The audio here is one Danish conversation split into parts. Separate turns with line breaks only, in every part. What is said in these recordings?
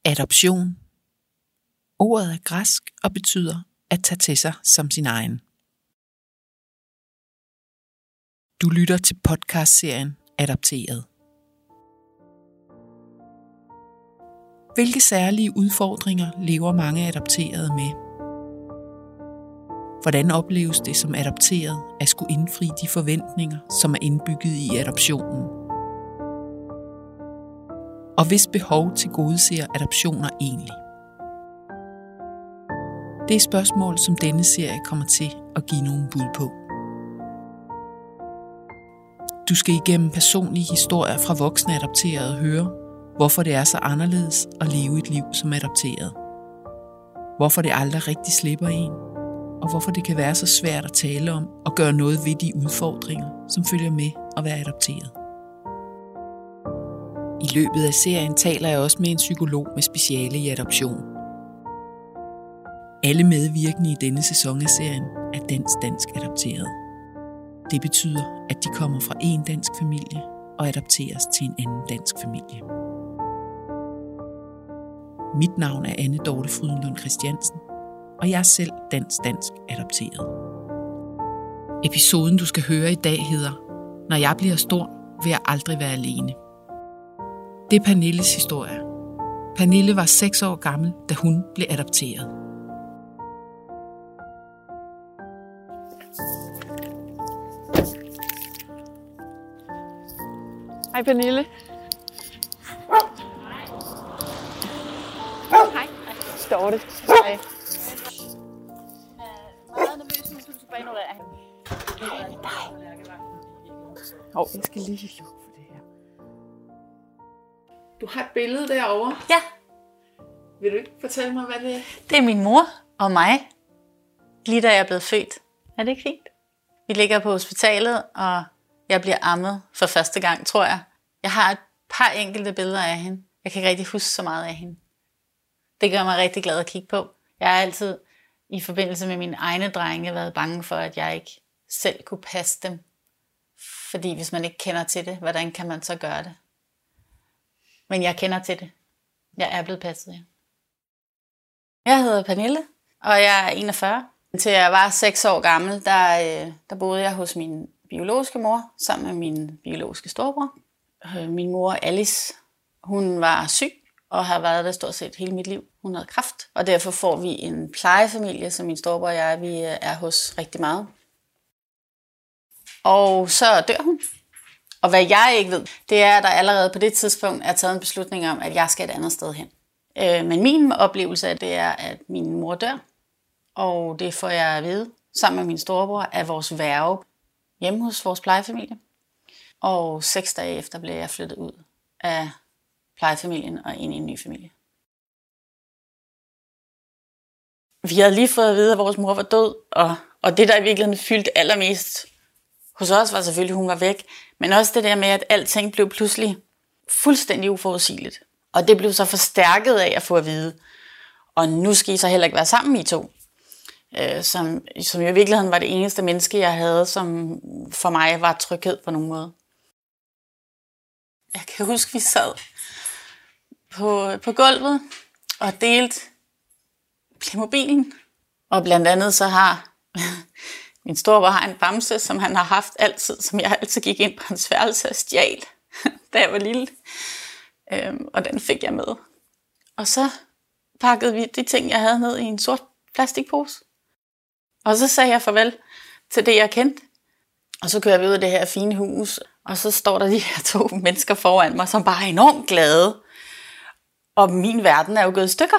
Adoption. Ordet er græsk og betyder at tage til sig som sin egen. Du lytter til podcastserien Adopteret. Hvilke særlige udfordringer lever mange adopterede med? Hvordan opleves det som adopteret at skulle indfri de forventninger, som er indbygget i adoptionen? Og hvis behov tilgodeser adoptioner egentlig? Det er spørgsmål, som denne serie kommer til at give nogle bud på. Du skal igennem personlige historier fra voksne adopterede høre, hvorfor det er så anderledes at leve et liv som adopteret. Hvorfor det aldrig rigtig slipper en, og hvorfor det kan være så svært at tale om og gøre noget ved de udfordringer, som følger med at være adopteret. I løbet af serien taler jeg også med en psykolog med speciale i adoption. Alle medvirkende i denne sæson af serien er dansk adopteret. Det betyder, at de kommer fra en dansk familie og adopteres til en anden dansk familie. Mit navn er Anne Dorte Frydenlund Christiansen, og jeg er selv dansk adopteret. Episoden, du skal høre i dag, hedder Når jeg bliver stor, vil jeg aldrig være alene. Det er Pernilles historie. Pernille var 6 år gammel, da hun blev adopteret.
Hej Pernille.
Hej.
Står det? Hej.
Meget nervøs, men du skal bare ignorere hende.
Jeg skal lige lukke for det her. Du har et billede derovre.
Ja,
Vil du ikke fortælle mig, hvad det er?
det er min mor og mig, lige da jeg er blevet født. Er det ikke fint? Vi ligger på hospitalet, og jeg bliver ammet for første gang, tror jeg. Jeg har et par enkelte billeder af hende. Jeg kan ikke rigtig huske så meget af hende. Det gør mig rigtig glad at kigge på. Jeg har altid i forbindelse med mine egne drenge været bange for, at jeg ikke selv kunne passe dem. Fordi hvis man ikke kender til det, hvordan kan man så gøre det? Men jeg kender til det. Jeg er blevet passet, ja. Jeg hedder Pernille, og jeg er 41. Til jeg var 6 år gammel, der boede jeg hos min biologiske mor, sammen med min biologiske storebror. Min mor Alice, hun var syg, og har været der stort set hele mit liv. Hun havde kræft, og derfor får vi en plejefamilie, som min storebror og jeg, vi er hos rigtig meget. Og så dør hun. Og hvad jeg ikke ved, det er, at der allerede på det tidspunkt er taget en beslutning om, at jeg skal et andet sted hen. Men min oplevelse af det er, at min mor dør. Og det får jeg at vide, sammen med min storebror, af vores værge hjemme hos vores plejefamilie. Og 6 dage efter blev jeg flyttet ud af plejefamilien og ind i en ny familie. Vi havde lige fået at vide, at vores mor var død, og det, der i virkeligheden fyldte allermest hos os, var selvfølgelig, at hun var væk. Men også det der med, at alting blev pludselig fuldstændig uforudsigeligt. Og det blev så forstærket af at få at vide. Og nu skal I så heller ikke være sammen, I to. Som jo i virkeligheden var det eneste menneske, jeg havde, som for mig var tryghed på nogen måde. Jeg kan huske, vi sad på gulvet og delte Playmobilen. Og blandt andet så har min storebror har en bamse, som han har haft altid, som jeg altid gik ind på hans værelse og stjal, da jeg var lille. Og den fik jeg med. Og så pakkede vi de ting, jeg havde ned i en sort plastikpose. Og så sagde jeg farvel til det, jeg kendte. Og så kører vi ud af det her fine hus, og så står der de her 2 mennesker foran mig, som bare er enormt glade. Og min verden er jo gået i stykker.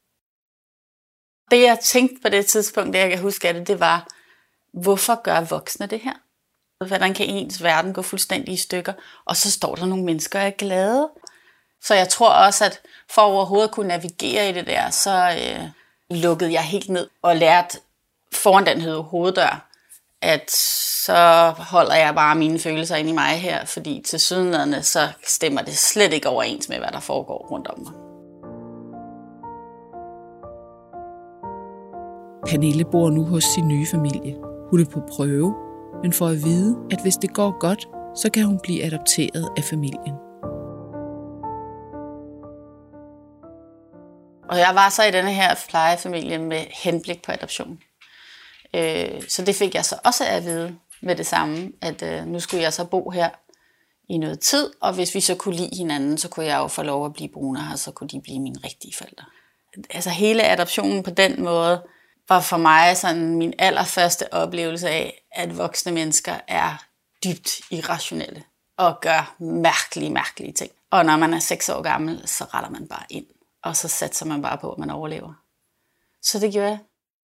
Det, jeg tænkte på det tidspunkt, det jeg kan huske af det var, hvorfor gør voksne det her? Hvordan kan ens verden gå fuldstændig i stykker? Og så står der nogle mennesker, der er glade. Så jeg tror også, at for overhovedet at kunne navigere i det der, så lukkede jeg helt ned og lærte foran den hoveddør, at så holder jeg bare mine følelser ind i mig her, fordi tilsyneladende så stemmer det slet ikke overens med, hvad der foregår rundt om mig.
Pernille bor nu hos sin nye familie. Hun er på prøve, men får at vide, at hvis det går godt, så kan hun blive adopteret af familien.
Og jeg var så i denne her plejefamilie med henblik på adoption. Så det fik jeg så også at vide med det samme, at nu skulle jeg så bo her i noget tid, og hvis vi så kunne lide hinanden, så kunne jeg jo få lov at blive boende her, så kunne de blive mine rigtige forældre. Altså hele adoptionen på den måde var for mig sådan min allerførste oplevelse af, at voksne mennesker er dybt irrationelle og gør mærkelige ting. Og når man er 6 år gammel, så retter man bare ind, og så satser man bare på, at man overlever. Så det gjorde jeg.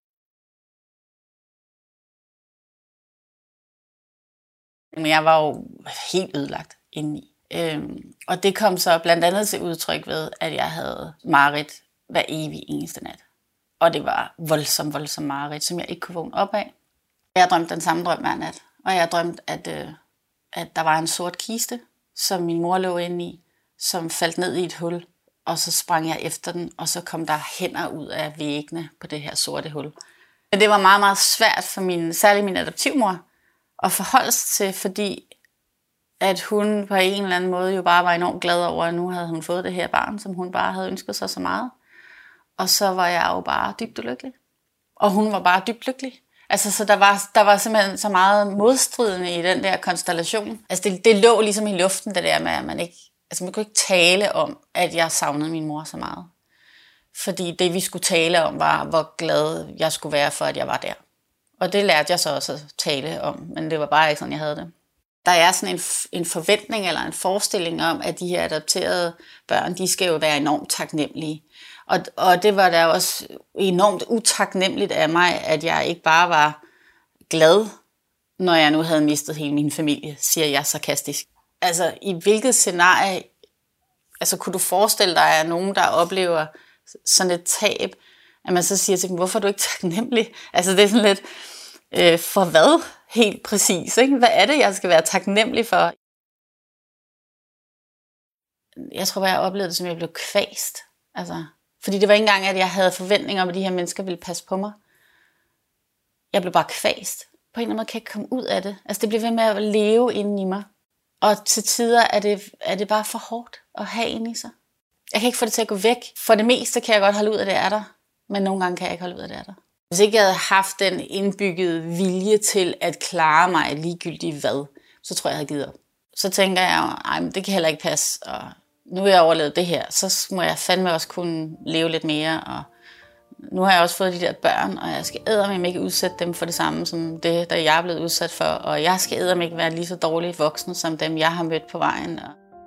Men jeg var jo helt ødelagt indeni. Og det kom så blandt andet til udtryk ved, at jeg havde mareridt hver evig eneste nat. Og det var voldsomt mareridt, som jeg ikke kunne vågne op af. Jeg drømte den samme drøm hver nat. Og jeg drømte, at der var en sort kiste, som min mor lå inde i, som faldt ned i et hul. Og så sprang jeg efter den, og så kom der hænder ud af væggene på det her sorte hul. Men det var meget svært for særligt min adoptivmor at forholde sig til, fordi at hun på en eller anden måde jo bare var enormt glad over, at nu havde hun fået det her barn, som hun bare havde ønsket sig så meget. Og så var jeg jo bare dybt ulykkelig. Og hun var bare dybt lykkelig. Altså, så der var simpelthen så meget modstridende i den der konstellation. Altså, det lå ligesom i luften, det der med, at man kunne ikke tale om, at jeg savnede min mor så meget. Fordi det, vi skulle tale om, var, hvor glad jeg skulle være for, at jeg var der. Og det lærte jeg så også at tale om, men det var bare ikke sådan, jeg havde det. Der er sådan en forventning eller en forestilling om, at de her adopterede børn, de skal jo være enormt taknemmelige. Og det var da også enormt utaknemmeligt af mig, at jeg ikke bare var glad, når jeg nu havde mistet hele min familie, siger jeg sarkastisk. Altså, i hvilket scenarie kunne du forestille dig, at nogen, der oplever sådan et tab, at man så siger til dem, hvorfor er du ikke taknemmelig? Altså, det er sådan lidt, for hvad helt præcis? Ikke? Hvad er det, jeg skal være taknemmelig for? Jeg tror bare, jeg oplevede det, som jeg blev kvæst. Altså, fordi det var ikke engang, at jeg havde forventninger om, at de her mennesker ville passe på mig. Jeg blev bare kvæst. På en eller anden måde kan jeg ikke komme ud af det. Altså, det blev ved med at leve inden i mig. Og til tider er det bare for hårdt at have inde i sig. Jeg kan ikke få det til at gå væk. For det meste kan jeg godt holde ud af, det er der. Men nogle gange kan jeg ikke holde ud af, det er der. Hvis ikke jeg havde haft den indbyggede vilje til at klare mig ligegyldigt hvad, så tror jeg havde givet op. Så tænker jeg, men det kan heller ikke passe, og nu har jeg overlevet det her, så må jeg fandme også kunne leve lidt mere, og nu har jeg også fået de der børn, og jeg skal eddermame ikke udsætte dem for det samme, som det, der jeg er blevet udsat for, og jeg skal eddermame ikke være lige så dårlig voksen, som dem, jeg har mødt på vejen.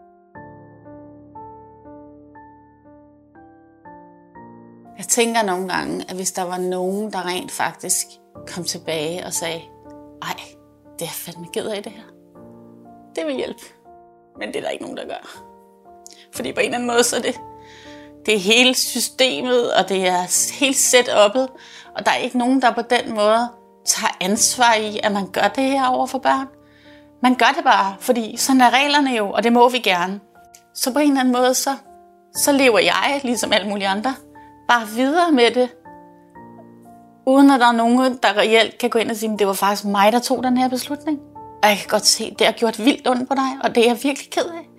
Jeg tænker nogle gange, at hvis der var nogen, der rent faktisk kom tilbage og sagde, ej, det er fandme ked af det her. Det vil hjælpe. Men det er der ikke nogen, der gør. Fordi på en eller anden måde, så er det er hele systemet, og det er helt setup'et, og der er ikke nogen, der på den måde tager ansvar i, at man gør det her over for børn. Man gør det bare, fordi sådan er reglerne jo, og det må vi gerne. Så på en eller anden måde, så lever jeg, ligesom alle mulige andre, bare videre med det, uden at der er nogen, der reelt kan gå ind og sige, at det var faktisk mig, der tog den her beslutning. Og jeg kan godt se, at det har gjort vildt ondt på dig, og det er jeg virkelig ked af.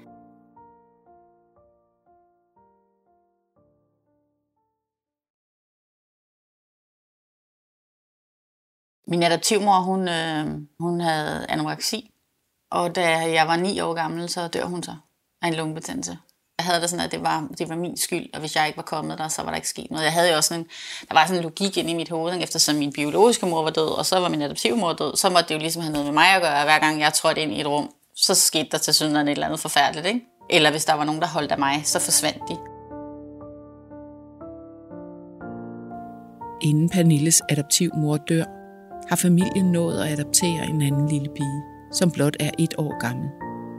Min adoptivmor, hun havde anoreksi, og da jeg var 9 år gammel, så dør hun så af en lungebetændelse. Jeg havde det sådan, at det var min skyld, og hvis jeg ikke var kommet der, så var der ikke sket noget. Jeg havde jo også der var sådan en logik inde i mit hoved, eftersom min biologiske mor var død, og så var min adoptivmor død, så måtte det jo ligesom have noget med mig at gøre. Hver gang jeg trådte ind i et rum, så skete der tilsyneladende et eller andet forfærdeligt, ikke? Eller hvis der var nogen, der holdt af mig, så forsvandt de.
Inden Pernilles adoptivmor dør, har familien nået at adoptere en anden lille pige, som blot er 1 år gammel.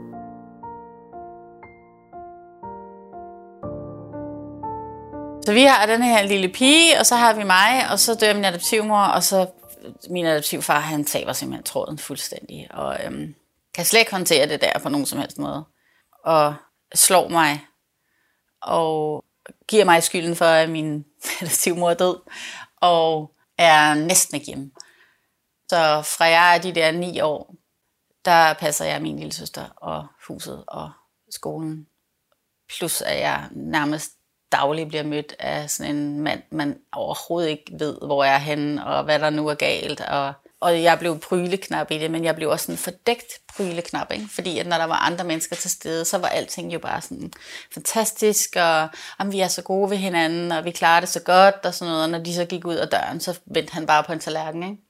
Så vi har den her lille pige, og så har vi mig, og så dør min adoptivmor, og så min adoptivfar, han taber simpelthen tråden fuldstændig, og kan slet ikke håndtere det der på nogen som helst måde. Og slår mig, og giver mig skylden for, at min adoptivmor er død, og er næsten ikke hjemme. Så fra jeg er de der 9 år, der passer jeg min lille søster og huset og skolen. Plus at jeg nærmest dagligt bliver mødt af sådan en mand, man overhovedet ikke ved, hvor jeg er henne, og hvad der nu er galt. Og jeg blev pryleknap i det, men jeg blev også sådan fordækt pryleknap, ikke? Fordi at når der var andre mennesker til stede, så var alting jo bare sådan fantastisk, og vi er så gode ved hinanden, og vi klarer det så godt, og sådan noget. Og når de så gik ud af døren, så vendte han bare på en tallerken, ikke?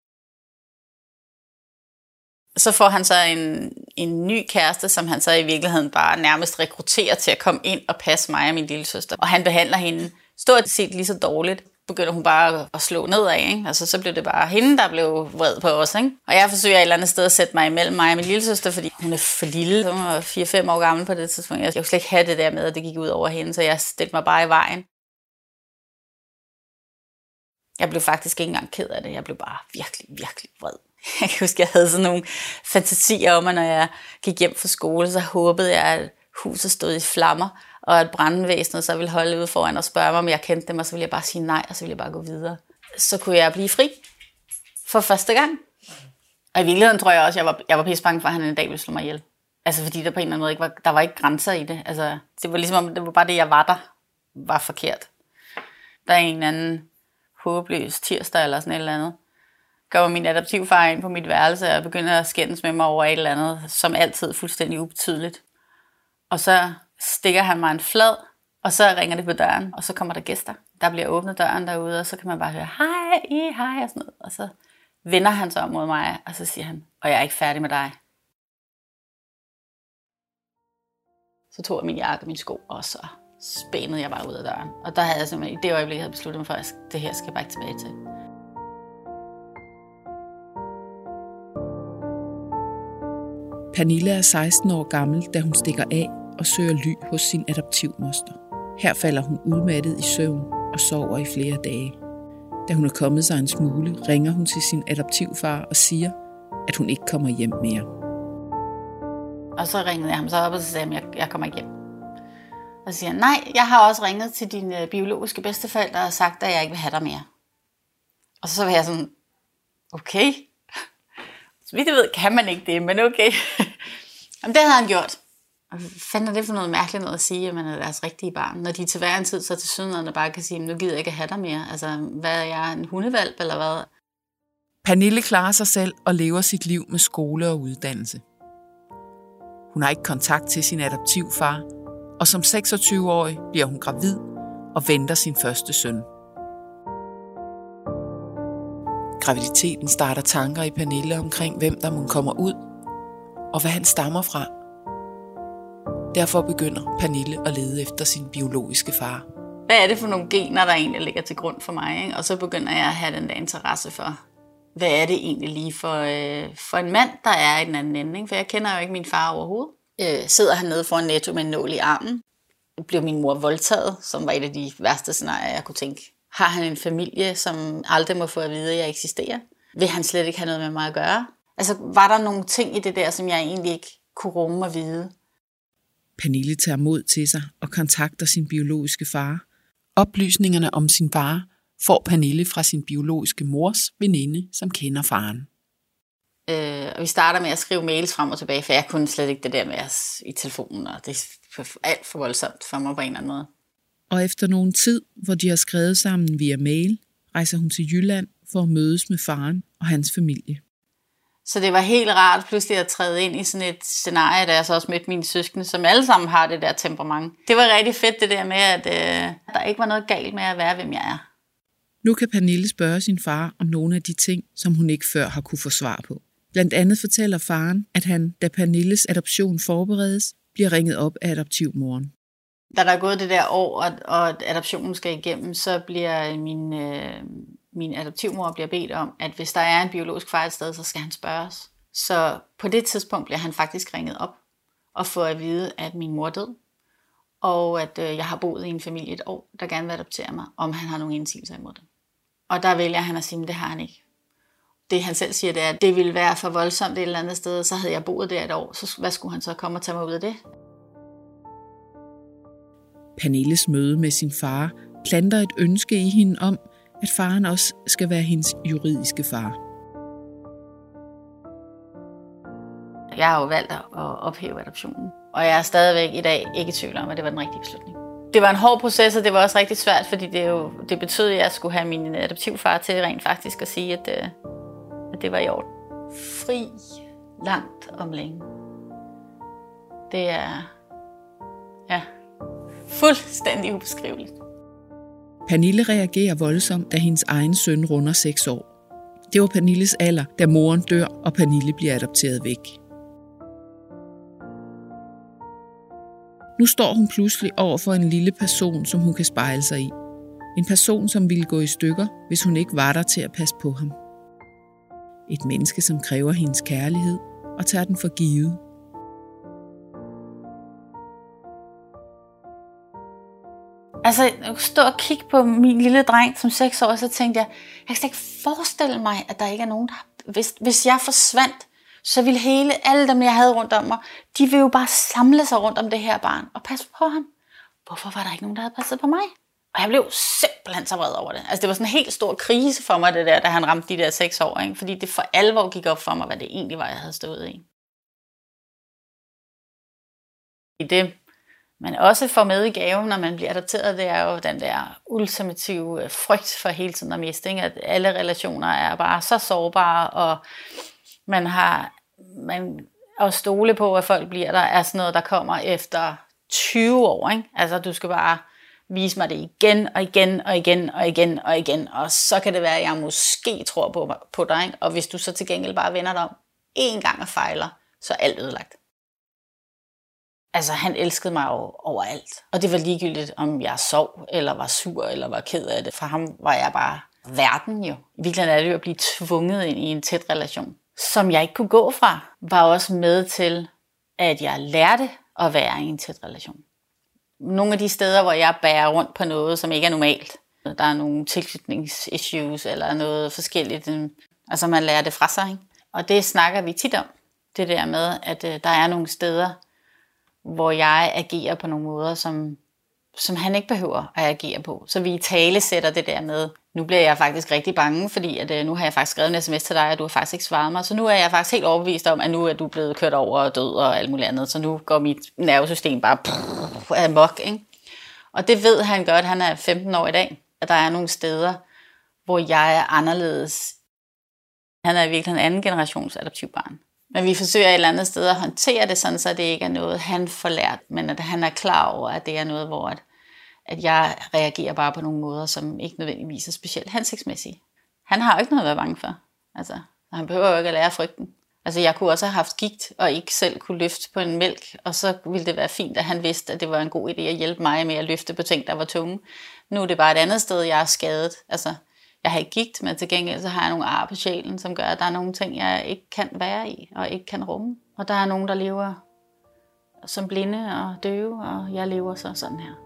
Så får han så en ny kæreste, som han så i virkeligheden bare nærmest rekrutterer til at komme ind og passe mig og min lille søster. Og han behandler hende stort set lige så dårligt. Begynder hun bare at slå nedad, ikke? Altså, så blev det bare hende, der blev vred på os, ikke? Og jeg forsøger et eller andet sted at sætte mig imellem mig og min lille søster, fordi hun er for lille. Hun var 4-5 år gammel på det tidspunkt. Jeg kunne slet ikke have det der med, at det gik ud over hende, så jeg stillede mig bare i vejen. Jeg blev faktisk ikke engang ked af det. Jeg blev bare virkelig, virkelig vred. Jeg kan huske, jeg havde sådan nogle fantasier om, at når jeg gik hjem fra skole, så håbede jeg, at huset stod i flammer, og at brandvæsenet så ville holde ude foran og spørge mig, om jeg kendte dem, og så ville jeg bare sige nej, og så ville jeg bare gå videre. Så kunne jeg blive fri for første gang. Og i virkeligheden tror jeg også, at jeg var pisse bange for, at han en dag ville slå mig ihjel. Altså fordi der på en eller anden måde ikke der var ikke grænser i det. Altså, det var ligesom om, det var bare det, jeg var forkert. Der er en anden håbløs tirsdag eller sådan et eller andet. Går min adoptivfar ind på mit værelse og begynder at skændes med mig over et eller andet, som altid fuldstændig ubetydeligt. Og så stikker han mig en flad, og så ringer det på døren, og så kommer der gæster. Der bliver åbnet døren derude, og så kan man bare høre, hej, og sådan noget. Og så vender han sig om mod mig, og så siger han, og jeg er ikke færdig med dig. Så tog jeg min jakke og mine sko, og så spænede jeg bare ud af døren. Og der havde jeg simpelthen, i det øjeblik, jeg havde besluttet mig for, at det her skal jeg bare ikke tilbage til.
Pernille er 16 år gammel, da hun stikker af og søger ly hos sin adoptivmoster. Her falder hun udmattet i søvn og sover i flere dage. Da hun er kommet sig en smule, ringer hun til sin adoptivfar og siger, at hun ikke kommer hjem mere.
Og så ringede jeg ham så op og sagde, at jeg kommer ikke hjem. Og så siger han, nej, jeg har også ringet til dine biologiske bedsteforældre og sagt, at jeg ikke vil have dig mere. Og så var jeg sådan, okay. Så vidt jeg ved, kan man ikke det, men okay. Jamen, det havde han gjort. Og hvad fanden er det for noget mærkeligt noget at sige, at man er deres rigtige barn, når de til hver en tid så til sydenlandene bare kan sige, nu gider jeg ikke have dig mere. Altså, hvad er jeg, en hundevalp eller hvad?
Pernille klarer sig selv og lever sit liv med skole og uddannelse. Hun har ikke kontakt til sin adoptivfar, og som 26-årig bliver hun gravid og venter sin første søn. Graviditeten starter tanker i Pernille omkring, hvem der må kommer ud, og hvad han stammer fra. Derfor begynder Pernille at lede efter sin biologiske far.
Hvad er det for nogle gener, der egentlig ligger til grund for mig? Ikke? Og så begynder jeg at have den der interesse for, hvad er det egentlig lige for en mand, der er i den anden ende? Ikke? For jeg kender jo ikke min far overhovedet. Sidder han nede foran Netto med en nål i armen. Bliver min mor voldtaget, som var et af de værste scenarier, jeg kunne tænke. Har han en familie, som aldrig må få at vide, at jeg eksisterer? Vil han slet ikke have noget med mig at gøre? Altså, var der nogle ting i det der, som jeg egentlig ikke kunne rumme og vide?
Pernille tager mod til sig og kontakter sin biologiske far. Oplysningerne om sin far får Pernille fra sin biologiske mors veninde, som kender faren.
Og vi starter med at skrive mails frem og tilbage, for jeg kunne slet ikke det der med os i telefonen, og det er alt for voldsomt for mig på en eller anden måde.
Og efter nogen tid, hvor de har skrevet sammen via mail, rejser hun til Jylland for at mødes med faren og hans familie.
Så det var helt rart pludselig at træde ind i sådan et scenarie, da jeg så også mødte mine søskende, som alle sammen har det der temperament. Det var rigtig fedt det der med, at der ikke var noget galt med at være, hvem jeg er.
Nu kan Pernille spørge sin far om nogle af de ting, som hun ikke før har kunne få svar på. Blandt andet fortæller faren, at han, da Pernilles adoption forberedes, bliver ringet op af adoptivmoren.
Da der er gået det der år, og adoptionen skal igennem, så bliver min adoptivmor bliver bedt om, at hvis der er en biologisk far et sted, så skal han spørges. Så på det tidspunkt bliver han faktisk ringet op og får at vide, at min mor er død, og at jeg har boet i en familie et år, der gerne vil adoptere mig, om han har nogle indsigelser imod det. Og der vælger han at sige, at det har han ikke. Det han selv siger, det er, at det ville være for voldsomt et eller andet sted, så havde jeg boet der et år, så hvad skulle han så komme og tage mig ud af det?
Pernilles møde med sin far planter et ønske i hende om, at faren også skal være hendes juridiske far.
Jeg har jo valgt at ophæve adoptionen, og jeg er stadigvæk i dag ikke i tvivl om, at det var den rigtige beslutning. Det var en hård proces, og det var også rigtig svært, fordi det betød, at jeg skulle have min adoptivfar til rent faktisk at sige, at det var i orden. Fri, langt om længe. Det er fuldstændig ubeskriveligt.
Pernille reagerer voldsomt, da hendes egen søn runder 6 år. Det var Pernilles alder, da moren dør, og Pernille bliver adopteret væk. Nu står hun pludselig over for en lille person, som hun kan spejle sig i. En person, som ville gå i stykker, hvis hun ikke var der til at passe på ham. Et menneske, som kræver hendes kærlighed og tager den for givet.
Altså, jeg kunne stå og kigge på min lille dreng som 6 år, så tænkte jeg kan ikke forestille mig, at der ikke er nogen, der hvis jeg forsvandt, så ville alle dem, jeg havde rundt om mig, de ville jo bare samle sig rundt om det her barn og passe på ham. Hvorfor var der ikke nogen, der havde passet på mig? Og jeg blev simpelthen så vred over det. Altså, det var sådan en helt stor krise for mig, det der, da han ramte de der 6 år, ikke? Fordi det for alvor gik op for mig, hvad det egentlig var, jeg havde stået i. Det, man også får med i gaven, når man bliver adopteret, det er jo den der ultimative frygt for hele tiden at miste, ikke? At alle relationer er bare så sårbare, og man at stole på, at folk bliver der, er sådan noget, der kommer efter 20 år, ikke? Altså, du skal bare vise mig det igen og igen og igen og igen og igen, og så kan det være, at jeg måske tror på dig, ikke? Og hvis du så til gengæld bare vender dig om én gang og fejler, så er alt ødelagt. Altså, han elskede mig jo overalt, og det var ligegyldigt, om jeg sov, eller var sur, eller var ked af det. For ham var jeg bare verden jo. I virkeligheden er det jo at blive tvunget ind i en tæt relation, som jeg ikke kunne gå fra, var også med til, at jeg lærte at være i en tæt relation. Nogle af de steder, hvor jeg bærer rundt på noget, som ikke er normalt. Der er nogle tilknytningsissues eller noget forskelligt. Altså man lærer det fra sig, ikke? Og det snakker vi tit om. Det der med, at der er nogle steder, hvor jeg agerer på nogle måder, som han ikke behøver at agere på. Så vi italesætter det der med, nu bliver jeg faktisk rigtig bange, fordi at, nu har jeg faktisk skrevet en sms til dig, og du har faktisk ikke svaret mig. Så nu er jeg faktisk helt overbevist om, at nu er du blevet kørt over og død og alt muligt andet. Så nu går mit nervesystem bare amok, ikke? Og det ved han godt, han er 15 år i dag. At der er nogle steder, hvor jeg er anderledes. Han er virkelig en anden generations adoptivbarn. Men vi forsøger et eller andet sted at håndtere det sådan, så det ikke er noget, han får lært, men at han er klar over, at det er noget, hvor at jeg reagerer bare på nogle måder, som ikke nødvendigvis er specielt hensigtsmæssige. Han har jo ikke noget at være bange for. Altså, han behøver jo ikke at lære frygten. Altså, jeg kunne også have haft gigt og ikke selv kunne løfte på en mælk, og så ville det være fint, at han vidste, at det var en god idé at hjælpe mig med at løfte på ting, der var tunge. Nu er det bare et andet sted, jeg er skadet. Altså, jeg har ikke gigt, men til gengæld så har jeg nogle ar på sjælen, som gør, at der er nogle ting, jeg ikke kan være i og ikke kan rumme. Og der er nogen, der lever som blinde og døve, og jeg lever så sådan her.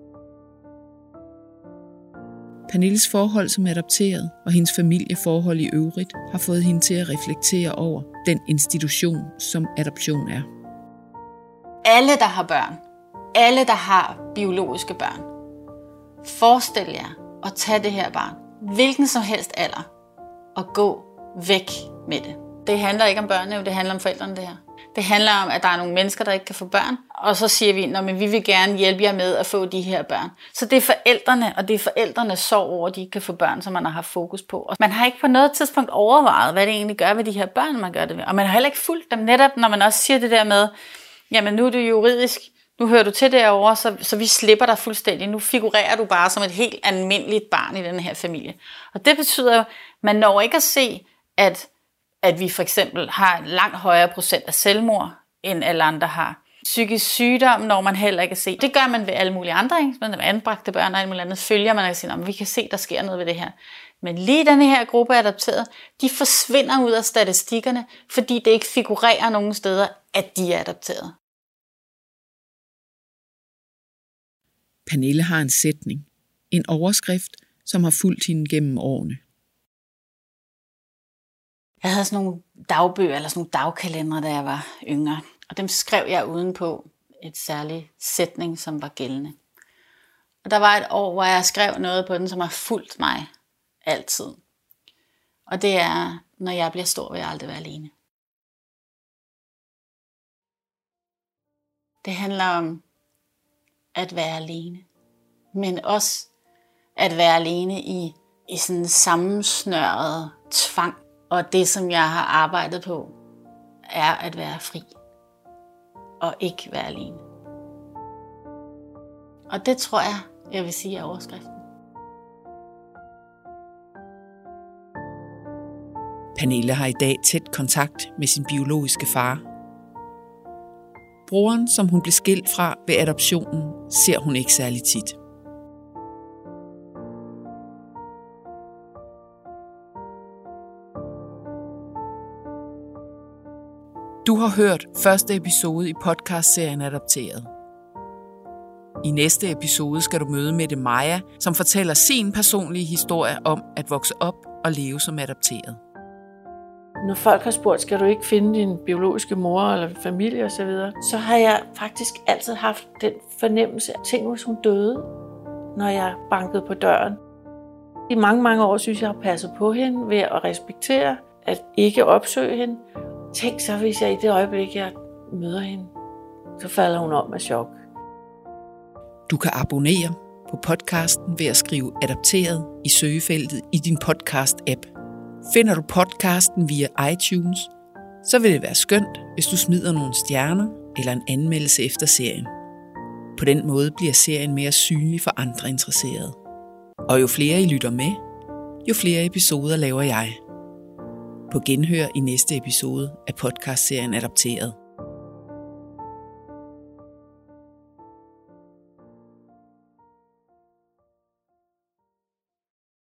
Pernilles forhold som adopteret og hendes familieforhold i øvrigt har fået hende til at reflektere over den institution, som adoption er.
Alle, der har børn, alle, der har biologiske børn, forestil jer at tage det her barn, hvilken som helst alder, og gå væk med det. Det handler ikke om børnene, det handler om forældrene, det her. Det handler om, at der er nogle mennesker, der ikke kan få børn, og så siger vi, men vi vil gerne hjælpe jer med at få de her børn. Så det er forældrene, og det er forældrenes sorg over, at de ikke kan få børn, som man har haft fokus på. Og man har ikke på noget tidspunkt overvejet, hvad det egentlig gør ved de her børn, man gør det ved. Og man har heller ikke fulgt dem netop, når man også siger det der med, jamen nu er det juridisk, nu hører du til derovre, så vi slipper dig fuldstændig. Nu figurerer du bare som et helt almindeligt barn i den her familie. Og det betyder jo, man når ikke at se, at vi for eksempel har en langt højere procent af selvmord, end alle andre har. Psykisk sygdom når man heller ikke at se. Det gør man ved alle mulige andre, ikke? Man anbragte børn og alt muligt andet følger man og siger, vi kan se, der sker noget ved det her. Men lige denne her gruppe af adopterede, de forsvinder ud af statistikkerne, fordi det ikke figurerer nogen steder, at de er adopterede.
Pernille har en sætning, en overskrift, som har fulgt hende gennem årene.
Jeg havde sådan nogle dagbøger eller sådan nogle dagkalendere, da jeg var yngre. Og dem skrev jeg udenpå et særligt sætning, som var gældende. Og der var et år, hvor jeg skrev noget på den, som har fulgt mig altid. Og det er, når jeg bliver stor, vil jeg aldrig være alene. Det handler om at være alene. men også at være alene i sådan en sammensnørret tvang. Og det, som jeg har arbejdet på, er at være fri og ikke være alene. Og det tror jeg vil sige er overskriften.
Pernille har i dag tæt kontakt med sin biologiske far. Broren, som hun blev skilt fra ved adoptionen, ser hun ikke særlig tit. Du har hørt første episode i podcastserien Adopteret. I næste episode skal du møde Mette Maja, som fortæller sin personlige historie om at vokse op og leve som adopteret.
Når folk har spurgt, skal du ikke finde din biologiske mor eller familie osv., så har jeg faktisk altid haft den fornemmelse, at tænk, hvis hun døde, når jeg bankede på døren. I mange, mange år synes jeg har passet på hende ved at respektere, at ikke opsøge hende. Tænk så, hvis jeg i det øjeblik, jeg møder hende, så falder hun om af chok.
Du kan abonnere på podcasten ved at skrive adopteret i søgefeltet i din podcast-app. Finder du podcasten via iTunes, så vil det være skønt, hvis du smider nogle stjerner eller en anmeldelse efter serien. På den måde bliver serien mere synlig for andre interesserede. Og jo flere I lytter med, jo flere episoder laver jeg. På genhør i næste episode af podcastserien Adopteret.